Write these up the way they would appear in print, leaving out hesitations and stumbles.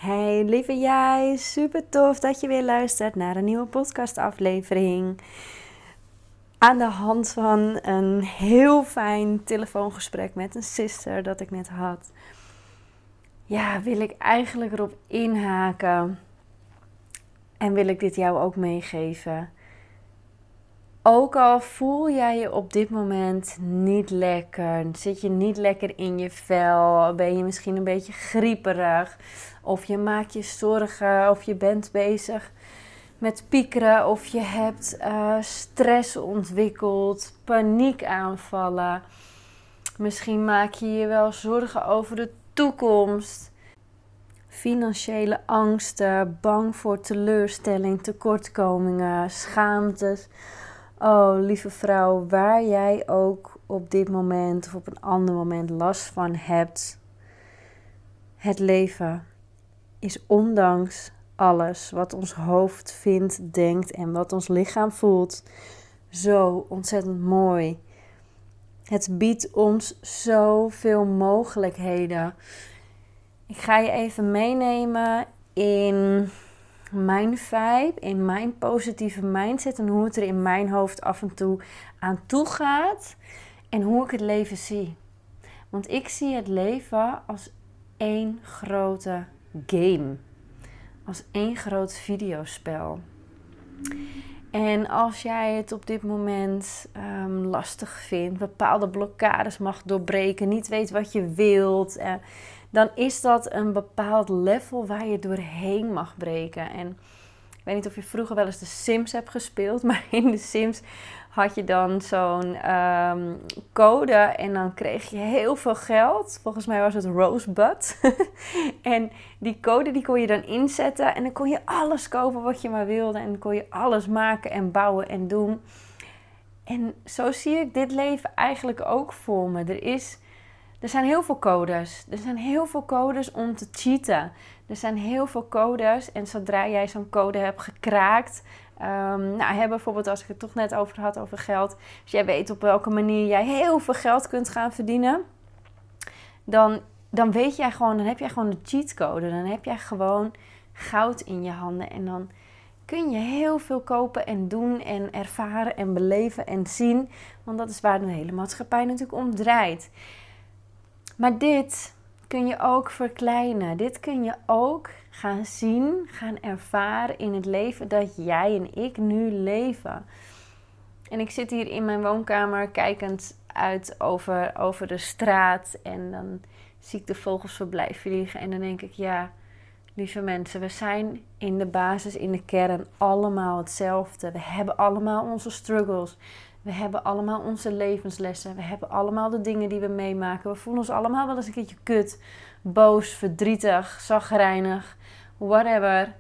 Hey lieve jij, super tof dat je weer luistert naar een nieuwe podcastaflevering. Aan de hand van een heel fijn telefoongesprek met een sister dat ik net had. Ja, wil ik eigenlijk erop inhaken en wil ik dit jou ook meegeven. Ook al voel jij je op dit moment niet lekker, zit je niet lekker in je vel, ben je misschien een beetje grieperig, of je maakt je zorgen, of je bent bezig met piekeren, of je hebt stress ontwikkeld, paniekaanvallen. Misschien maak je je wel zorgen over de toekomst. Financiële angsten, bang voor teleurstelling, tekortkomingen, schaamtes. Oh, lieve vrouw, waar jij ook op dit moment of op een ander moment last van hebt. Het leven is ondanks alles wat ons hoofd vindt, denkt en wat ons lichaam voelt zo ontzettend mooi. Het biedt ons zoveel mogelijkheden. Ik ga je even meenemen in mijn vibe, in mijn positieve mindset en hoe het er in mijn hoofd af en toe aan toe gaat en hoe ik het leven zie. Want ik zie het leven als één grote game, als één groot videospel. En als jij het op dit moment lastig vindt, bepaalde blokkades mag doorbreken, niet weet wat je wilt, dan is dat een bepaald level waar je doorheen mag breken. En ik weet niet of je vroeger wel eens de Sims hebt gespeeld, maar in de Sims had je dan zo'n code en dan kreeg je heel veel geld. Volgens mij was het Rosebud. En die code die kon je dan inzetten en dan kon je alles kopen wat je maar wilde. En dan kon je alles maken en bouwen en doen. En zo zie ik dit leven eigenlijk ook voor me. Er zijn heel veel codes. Er zijn heel veel codes om te cheaten. Er zijn heel veel codes en zodra jij zo'n code hebt gekraakt... bijvoorbeeld als ik het toch net over had over geld. Als jij weet op welke manier jij heel veel geld kunt gaan verdienen... Dan weet jij gewoon, dan heb jij gewoon de cheatcode. Dan heb jij gewoon goud in je handen. En dan kun je heel veel kopen en doen en ervaren en beleven en zien. Want dat is waar de hele maatschappij natuurlijk om draait. Maar dit kun je ook verkleinen. Dit kun je ook gaan zien, gaan ervaren in het leven dat jij en ik nu leven. En ik zit hier in mijn woonkamer kijkend uit over de straat. En dan zie ik de vogels voorbij vliegen. En dan denk ik, ja, lieve mensen, we zijn in de basis, in de kern allemaal hetzelfde. We hebben allemaal onze struggles. We hebben allemaal onze levenslessen. We hebben allemaal de dingen die we meemaken. We voelen ons allemaal wel eens een keertje kut, boos, verdrietig, chagrijnig, whatever.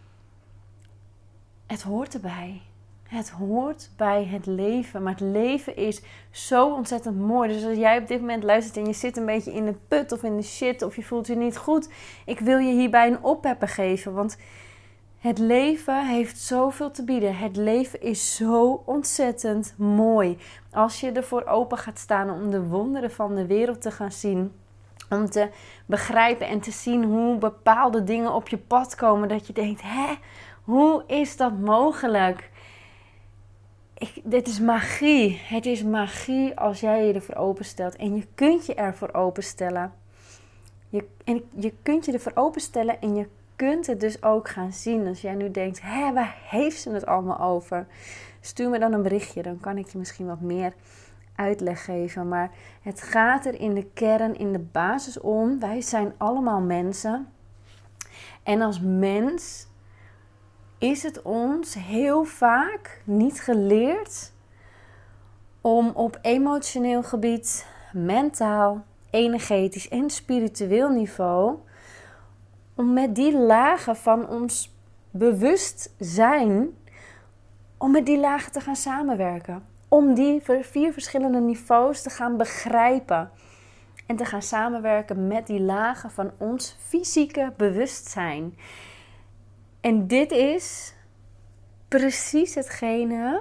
Het hoort erbij. Het hoort bij het leven. Maar het leven is zo ontzettend mooi. Dus als jij op dit moment luistert en je zit een beetje in de put of in de shit of je voelt je niet goed. Ik wil je hierbij een oppepper geven. Want het leven heeft zoveel te bieden. Het leven is zo ontzettend mooi. Als je ervoor open gaat staan om de wonderen van de wereld te gaan zien. Om te begrijpen en te zien hoe bepaalde dingen op je pad komen. Dat je denkt, hoe is dat mogelijk? Dit is magie. Het is magie als jij je ervoor openstelt. En je kunt je ervoor openstellen. Je kunt je ervoor openstellen en je kunt het dus ook gaan zien. Als jij nu denkt, waar heeft ze het allemaal over? Stuur me dan een berichtje, dan kan ik je misschien wat meer uitleg geven. Maar het gaat er in de kern, in de basis om. Wij zijn allemaal mensen. En als mens is het ons heel vaak niet geleerd om op emotioneel gebied, mentaal, energetisch en spiritueel niveau, om met die lagen van ons bewustzijn, om met die lagen te gaan samenwerken. Om die 4 verschillende niveaus te gaan begrijpen. En te gaan samenwerken met die lagen van ons fysieke bewustzijn. En dit is precies hetgene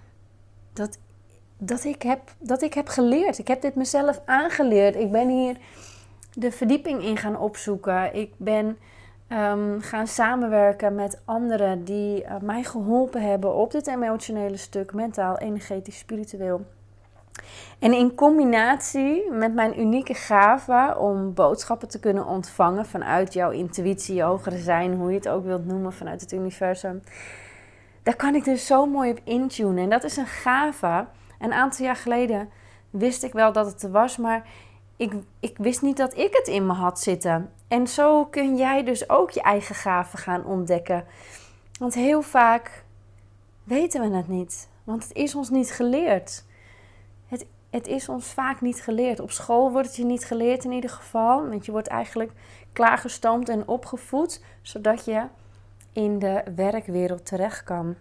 dat ik heb geleerd. Ik heb dit mezelf aangeleerd. Ik ben hier de verdieping in gaan opzoeken. Ik ben gaan samenwerken met anderen die mij geholpen hebben op dit emotionele stuk, mentaal, energetisch, spiritueel. En in combinatie met mijn unieke gave om boodschappen te kunnen ontvangen vanuit jouw intuïtie, je hogere zijn, hoe je het ook wilt noemen, vanuit het universum. Daar kan ik dus zo mooi op intunen. En dat is een gave. Een aantal jaar geleden wist ik wel dat het er was, maar ik wist niet dat ik het in me had zitten. En zo kun jij dus ook je eigen gaven gaan ontdekken. Want heel vaak weten we het niet. Want het is ons niet geleerd. Het is ons vaak niet geleerd. Op school wordt het je niet geleerd in ieder geval. Want je wordt eigenlijk klaargestoomd en opgevoed, zodat je in de werkwereld terecht kan.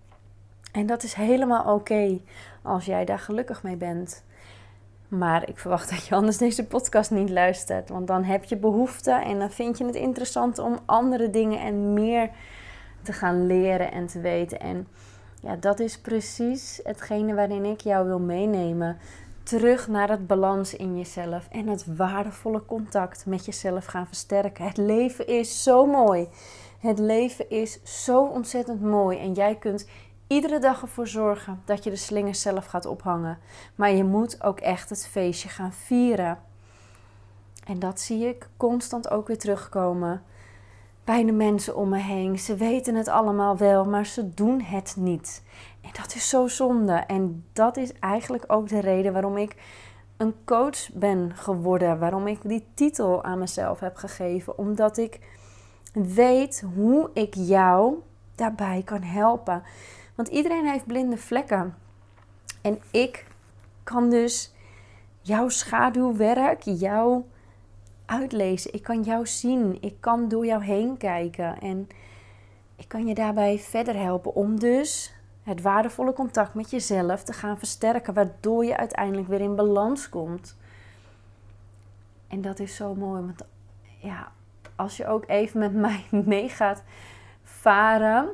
En dat is helemaal oké als jij daar gelukkig mee bent. Maar ik verwacht dat je anders deze podcast niet luistert. Want dan heb je behoefte en dan vind je het interessant om andere dingen en meer te gaan leren en te weten. En ja, dat is precies hetgene waarin ik jou wil meenemen. Terug naar het balans in jezelf en het waardevolle contact met jezelf gaan versterken. Het leven is zo mooi. Het leven is zo ontzettend mooi. En jij kunt iedere dag ervoor zorgen dat je de slingers zelf gaat ophangen. Maar je moet ook echt het feestje gaan vieren. En dat zie ik constant ook weer terugkomen bij de mensen om me heen. Ze weten het allemaal wel, maar ze doen het niet. En dat is zo zonde. En dat is eigenlijk ook de reden waarom ik een coach ben geworden. Waarom ik die titel aan mezelf heb gegeven. Omdat ik weet hoe ik jou daarbij kan helpen. Want iedereen heeft blinde vlekken. En ik kan dus jouw schaduwwerk, jou uitlezen. Ik kan jou zien. Ik kan door jou heen kijken. En ik kan je daarbij verder helpen om dus het waardevolle contact met jezelf te gaan versterken. Waardoor je uiteindelijk weer in balans komt. En dat is zo mooi. Want ja, als je ook even met mij mee gaat varen.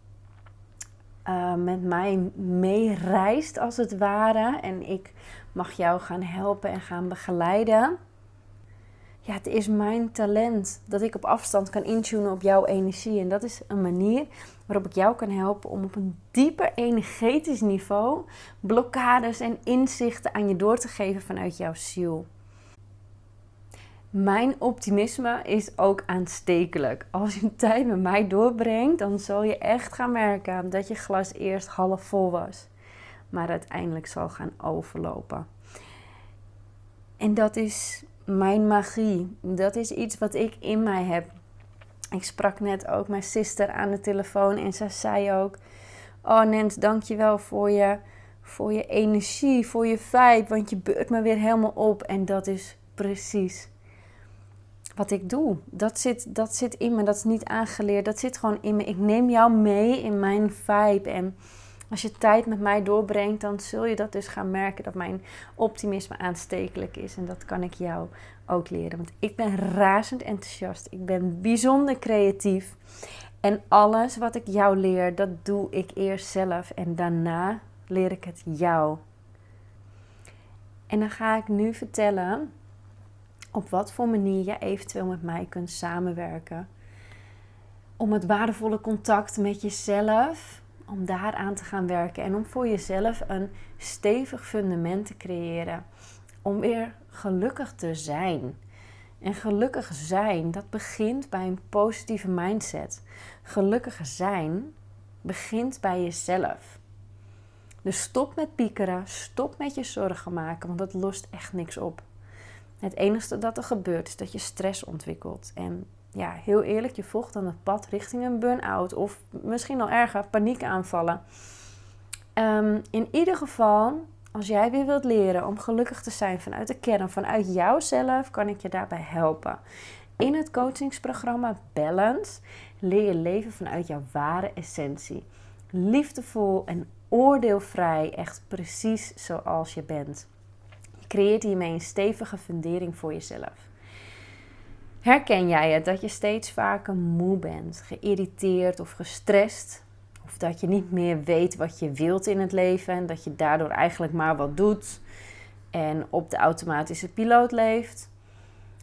Met mij meereist als het ware. En ik mag jou gaan helpen en gaan begeleiden. Ja, het is mijn talent dat ik op afstand kan intunen op jouw energie. En dat is een manier waarop ik jou kan helpen om op een dieper energetisch niveau blokkades en inzichten aan je door te geven vanuit jouw ziel. Mijn optimisme is ook aanstekelijk. Als je een tijd met mij doorbrengt, dan zul je echt gaan merken dat je glas eerst half vol was. Maar uiteindelijk zal gaan overlopen. En dat is mijn magie. Dat is iets wat ik in mij heb. Ik sprak net ook mijn sister aan de telefoon en zij zei ook: oh Nens, dankjewel voor je energie, voor je vibe, want je beurt me weer helemaal op. En dat is precies wat ik doe. Dat zit in me, dat is niet aangeleerd, dat zit gewoon in me. Ik neem jou mee in mijn vibe. En als je tijd met mij doorbrengt, dan zul je dat dus gaan merken dat mijn optimisme aanstekelijk is. En dat kan ik jou ook leren. Want ik ben razend enthousiast. Ik ben bijzonder creatief. En alles wat ik jou leer, dat doe ik eerst zelf. En daarna leer ik het jou. En dan ga ik nu vertellen op wat voor manier je eventueel met mij kunt samenwerken. Om het waardevolle contact met jezelf, om daaraan te gaan werken. En om voor jezelf een stevig fundament te creëren. Om weer gelukkig te zijn. En gelukkig zijn, dat begint bij een positieve mindset. Gelukkig zijn begint bij jezelf. Dus stop met piekeren, stop met je zorgen maken, want dat lost echt niks op. Het enige dat er gebeurt is dat je stress ontwikkelt. En ja, heel eerlijk, je volgt dan het pad richting een burn-out of misschien al erger, paniekaanvallen. In ieder geval, als jij weer wilt leren om gelukkig te zijn vanuit de kern, vanuit jouzelf, kan ik je daarbij helpen. In het coachingsprogramma Balance leer je leven vanuit jouw ware essentie. Liefdevol en oordeelvrij, echt precies zoals je bent. Je creëert hiermee een stevige fundering voor jezelf. Herken jij het dat je steeds vaker moe bent, geïrriteerd of gestrest? Of dat je niet meer weet wat je wilt in het leven en dat je daardoor eigenlijk maar wat doet en op de automatische piloot leeft?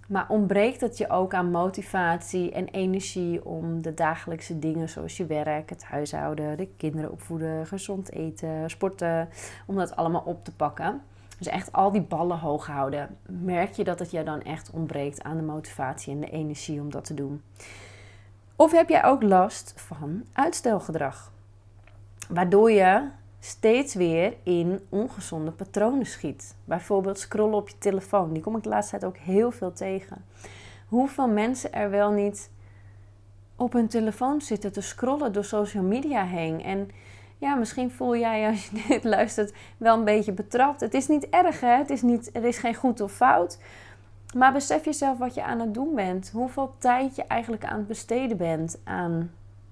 Maar ontbreekt het je ook aan motivatie en energie om de dagelijkse dingen zoals je werk, het huishouden, de kinderen opvoeden, gezond eten, sporten, om dat allemaal op te pakken? Dus echt al die ballen hoog houden. Merk je dat het je dan echt ontbreekt aan de motivatie en de energie om dat te doen? Of heb jij ook last van uitstelgedrag? Waardoor je steeds weer in ongezonde patronen schiet. Bijvoorbeeld scrollen op je telefoon. Die kom ik de laatste tijd ook heel veel tegen. Hoeveel mensen er wel niet op hun telefoon zitten te scrollen door social media heen. En ja, misschien voel jij als je dit luistert wel een beetje betrapt. Het is niet erg, hè? Er is geen goed of fout. Maar besef jezelf wat je aan het doen bent. Hoeveel tijd je eigenlijk aan het besteden bent aan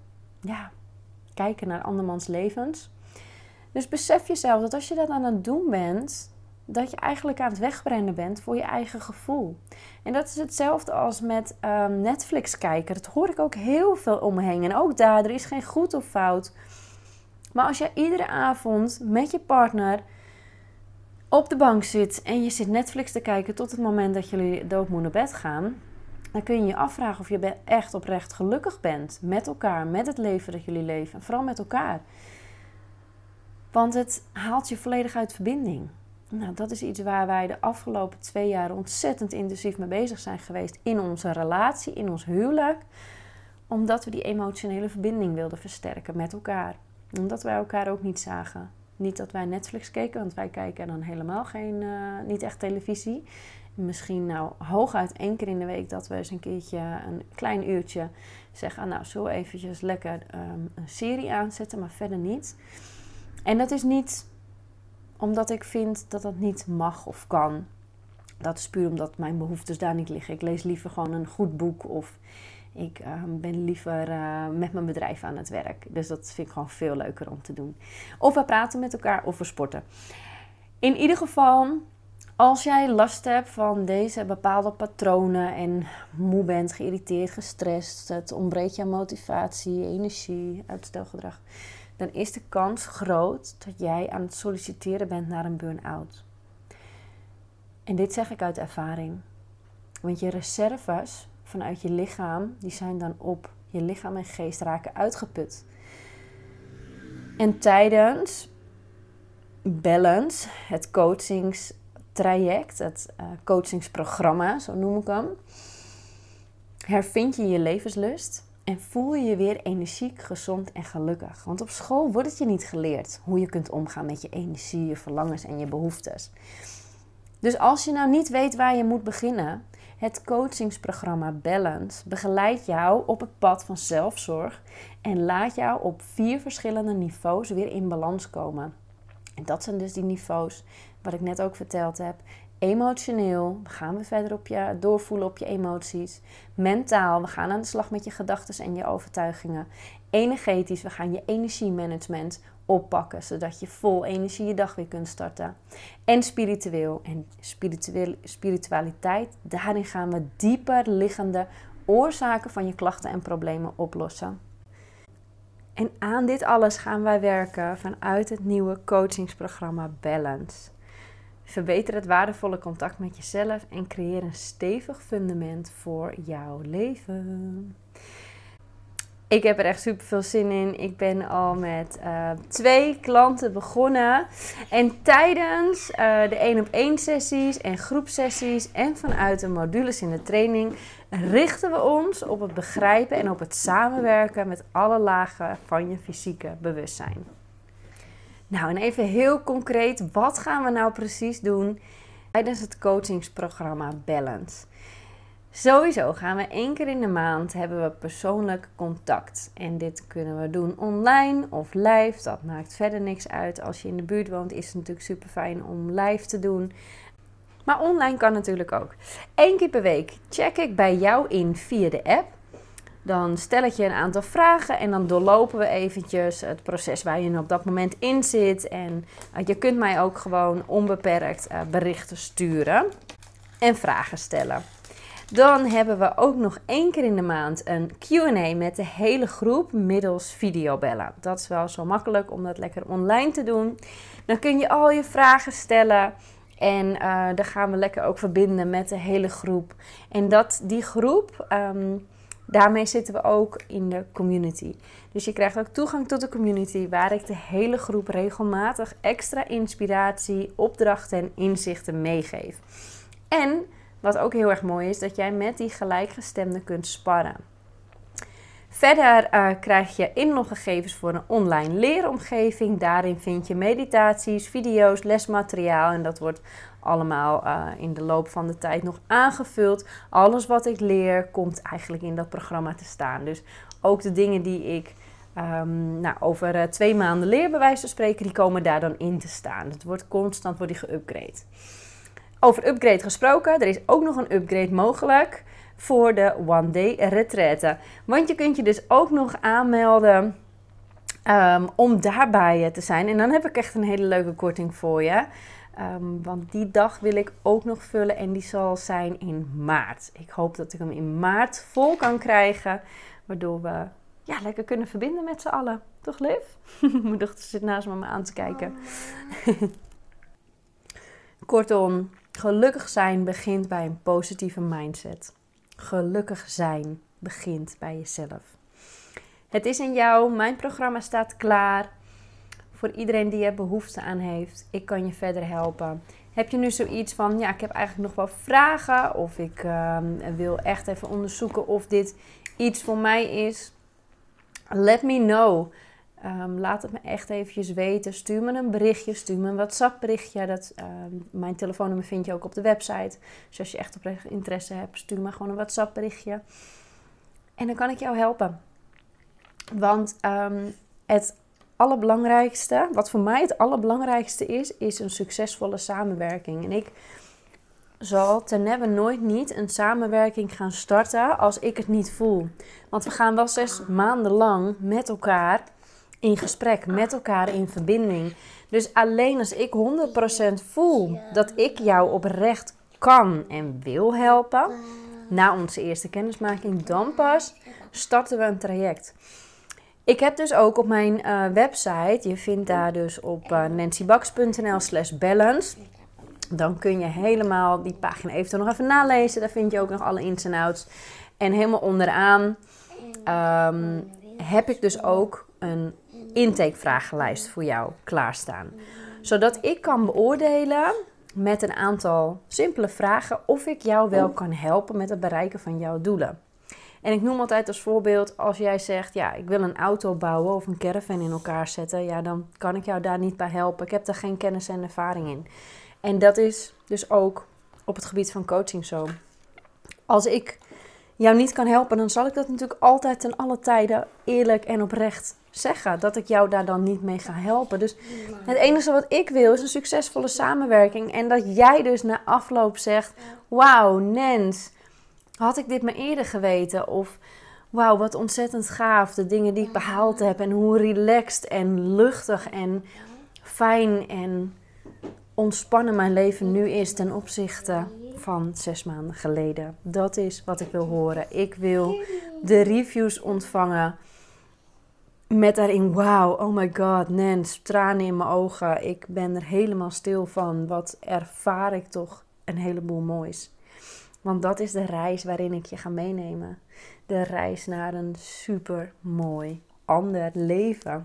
kijken naar andermans levens. Dus besef jezelf dat als je dat aan het doen bent, dat je eigenlijk aan het wegbrennen bent voor je eigen gevoel. En dat is hetzelfde als met Netflix kijken. Dat hoor ik ook heel veel om me heen. En ook daar, er is geen goed of fout. Maar als je iedere avond met je partner op de bank zit en je zit Netflix te kijken tot het moment dat jullie doodmoe naar bed gaan, dan kun je je afvragen of je echt oprecht gelukkig bent met elkaar, met het leven dat jullie leven. En vooral met elkaar. Want het haalt je volledig uit verbinding. Nou, dat is iets waar wij de afgelopen 2 jaar ontzettend intensief mee bezig zijn geweest in onze relatie, in ons huwelijk. Omdat we die emotionele verbinding wilden versterken met elkaar. Omdat wij elkaar ook niet zagen. Niet dat wij Netflix keken, want wij kijken dan helemaal niet echt televisie. Misschien hooguit 1 keer in de week dat we eens een keertje, een klein uurtje zeggen, nou, zo eventjes lekker een serie aanzetten, maar verder niet. En dat is niet omdat ik vind dat dat niet mag of kan. Dat is puur omdat mijn behoeftes daar niet liggen. Ik lees liever gewoon een goed boek of ik ben liever met mijn bedrijf aan het werk. Dus dat vind ik gewoon veel leuker om te doen. Of we praten met elkaar of we sporten. In ieder geval, als jij last hebt van deze bepaalde patronen en moe bent, geïrriteerd, gestrest, het ontbreekt je aan motivatie, energie, uitstelgedrag, dan is de kans groot dat jij aan het solliciteren bent naar een burn-out. En dit zeg ik uit ervaring. Want je reserves vanuit je lichaam, die zijn dan op. Je lichaam en geest raken uitgeput. En tijdens Balance, het coachingstraject, het coachingsprogramma, zo noem ik hem, hervind je je levenslust en voel je je weer energiek, gezond en gelukkig. Want op school wordt het je niet geleerd hoe je kunt omgaan met je energie, je verlangens en je behoeftes. Dus als je nou niet weet waar je moet beginnen, het coachingsprogramma Balance begeleidt jou op het pad van zelfzorg en laat jou op 4 verschillende niveaus weer in balans komen. En dat zijn dus die niveaus wat ik net ook verteld heb. Emotioneel, we gaan weer verder doorvoelen op je emoties. Mentaal, we gaan aan de slag met je gedachten en je overtuigingen. Energetisch, we gaan je energiemanagement oppakken, zodat je vol energie je dag weer kunt starten. En spiritueel. En spiritualiteit, daarin gaan we dieper liggende oorzaken van je klachten en problemen oplossen. En aan dit alles gaan wij werken vanuit het nieuwe coachingsprogramma Balance. Verbeter het waardevolle contact met jezelf en creëer een stevig fundament voor jouw leven. Ik heb er echt super veel zin in. Ik ben al met 2 klanten begonnen. En tijdens de 1-op-1 sessies en groepsessies en vanuit de modules in de training richten we ons op het begrijpen en op het samenwerken met alle lagen van je fysieke bewustzijn. Nou, en even heel concreet, wat gaan we nou precies doen tijdens het coachingsprogramma Balance? Sowieso gaan we 1 keer in de maand hebben we persoonlijk contact. En dit kunnen we doen online of live. Dat maakt verder niks uit. Als je in de buurt woont is het natuurlijk super fijn om live te doen. Maar online kan natuurlijk ook. 1 keer per week check ik bij jou in via de app. Dan stel ik je een aantal vragen en dan doorlopen we eventjes het proces waar je op dat moment in zit. En je kunt mij ook gewoon onbeperkt berichten sturen en vragen stellen. Dan hebben we ook nog 1 keer in de maand een Q&A met de hele groep middels videobellen. Dat is wel zo makkelijk om dat lekker online te doen. Dan kun je al je vragen stellen En daar gaan we lekker ook verbinden met de hele groep. En die groep, daarmee zitten we ook in de community. Dus je krijgt ook toegang tot de community, waar ik de hele groep regelmatig extra inspiratie, opdrachten en inzichten meegeef. En wat ook heel erg mooi is, dat jij met die gelijkgestemden kunt sparren. Verder krijg je inloggegevens voor een online leeromgeving. Daarin vind je meditaties, video's, lesmateriaal. En dat wordt allemaal in de loop van de tijd nog aangevuld. Alles wat ik leer komt eigenlijk in dat programma te staan. Dus ook de dingen die ik over 2 maanden leer, bij wijze van spreken, die komen daar dan in te staan. Het wordt constant geüpgrade. Over upgrade gesproken, er is ook nog een upgrade mogelijk voor de One Day Retraite. Want je kunt je dus ook nog aanmelden om daarbij te zijn. En dan heb ik echt een hele leuke korting voor je. Want die dag wil ik ook nog vullen en die zal zijn in maart. Ik hoop dat ik hem in maart vol kan krijgen, waardoor we lekker kunnen verbinden met z'n allen. Toch, Liv? Mijn dochter zit naast me aan te kijken. Kortom, gelukkig zijn begint bij een positieve mindset. Gelukkig zijn begint bij jezelf. Het is in jou. Mijn programma staat klaar. Voor iedereen die er behoefte aan heeft. Ik kan je verder helpen. Heb je nu zoiets van, ik heb eigenlijk nog wel vragen. Of ik wil echt even onderzoeken of dit iets voor mij is. Let me know. Laat het me echt eventjes weten. Stuur me een berichtje. Stuur me een WhatsApp berichtje. Mijn telefoonnummer vind je ook op de website. Dus als je echt oprecht interesse hebt, stuur me gewoon een WhatsApp berichtje. En dan kan ik jou helpen. Want het allerbelangrijkste, wat voor mij het allerbelangrijkste is een succesvolle samenwerking. En ik zal ten never nooit niet een samenwerking gaan starten als ik het niet voel. Want we gaan wel 6 maanden lang met elkaar in gesprek, met elkaar in verbinding. Dus alleen als ik 100% voel dat ik jou oprecht kan en wil helpen, na onze eerste kennismaking, dan pas starten we een traject. Ik heb dus ook op mijn website, je vindt daar dus op nancybax.nl/balance. Dan kun je helemaal die pagina eventueel nog even nalezen. Daar vind je ook nog alle ins en outs. En helemaal onderaan heb ik dus ook een intakevragenlijst voor jou klaarstaan. Zodat ik kan beoordelen met een aantal simpele vragen of ik jou wel kan helpen met het bereiken van jouw doelen. En ik noem altijd als voorbeeld, als jij zegt, ik wil een auto bouwen of een caravan in elkaar zetten, dan kan ik jou daar niet bij helpen. Ik heb daar geen kennis en ervaring in. En dat is dus ook op het gebied van coaching zo. Als ik jou niet kan helpen, dan zal ik dat natuurlijk altijd ten alle tijden eerlijk en oprecht zeggen. Dat ik jou daar dan niet mee ga helpen. Dus het enige wat ik wil is een succesvolle samenwerking. En dat jij dus na afloop zegt, wauw, Nens, had ik dit maar eerder geweten? Of wauw, wat ontzettend gaaf. De dingen die ik behaald heb en hoe relaxed en luchtig en fijn en ontspannen mijn leven nu is ten opzichte van 6 maanden geleden. Dat is wat ik wil horen. Ik wil de reviews ontvangen met daarin, wauw, oh my god, Nens, tranen in mijn ogen. Ik ben er helemaal stil van. Wat ervaar ik toch een heleboel moois. Want dat is de reis waarin ik je ga meenemen. De reis naar een super mooi ander leven.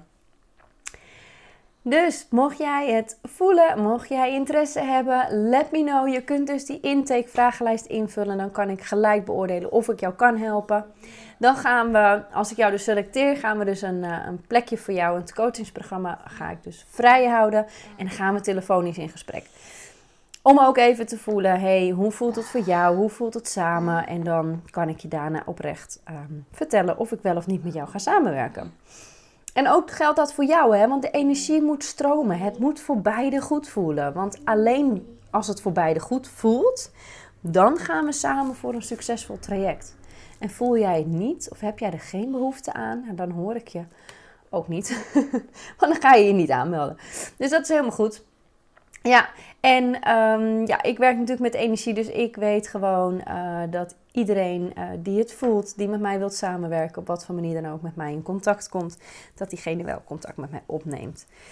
Dus mocht jij het voelen, mocht jij interesse hebben, let me know. Je kunt dus die intake-vragenlijst invullen. Dan kan ik gelijk beoordelen of ik jou kan helpen. Dan gaan we, als ik jou dus selecteer, gaan we dus een plekje voor jou. Het coachingsprogramma ga ik dus vrij houden. En dan gaan we telefonisch in gesprek. Om ook even te voelen, hey, hoe voelt het voor jou? Hoe voelt het samen? En dan kan ik je daarna oprecht vertellen of ik wel of niet met jou ga samenwerken. En ook geldt dat voor jou, hè? Want de energie moet stromen. Het moet voor beide goed voelen. Want alleen als het voor beide goed voelt, dan gaan we samen voor een succesvol traject. En voel jij het niet of heb jij er geen behoefte aan, dan hoor ik je ook niet. Want dan ga je je niet aanmelden. Dus dat is helemaal goed. Ja, en ik werk natuurlijk met energie, dus ik weet gewoon dat iedereen die het voelt, die met mij wilt samenwerken, op wat voor manier dan ook met mij in contact komt, dat diegene wel contact met mij opneemt.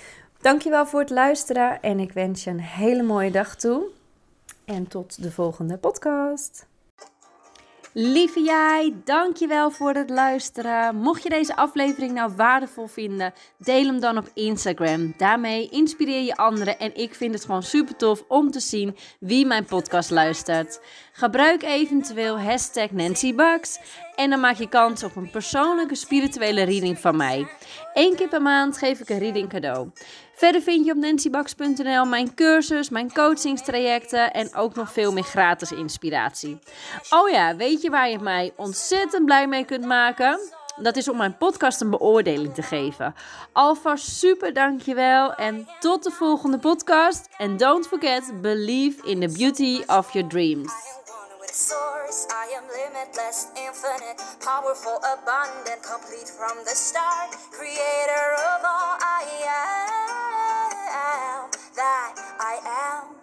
Dankjewel voor het luisteren en ik wens je een hele mooie dag toe. En tot de volgende podcast. Lieve jij, dankjewel voor het luisteren. Mocht je deze aflevering nou waardevol vinden, deel hem dan op Instagram. Daarmee inspireer je anderen en ik vind het gewoon super tof om te zien wie mijn podcast luistert. Gebruik eventueel #NancyBucks en dan maak je kans op een persoonlijke spirituele reading van mij. 1 keer per maand geef ik een reading cadeau. Verder vind je op nancybucks.nl mijn cursus, mijn coachingstrajecten en ook nog veel meer gratis inspiratie. Oh ja, weet je waar je mij ontzettend blij mee kunt maken? Dat is om mijn podcast een beoordeling te geven. Alvast super dankjewel en tot de volgende podcast. And don't forget, believe in the beauty of your dreams. Source, I am limitless, infinite, powerful, abundant, complete from the start, creator of all I am, that I am.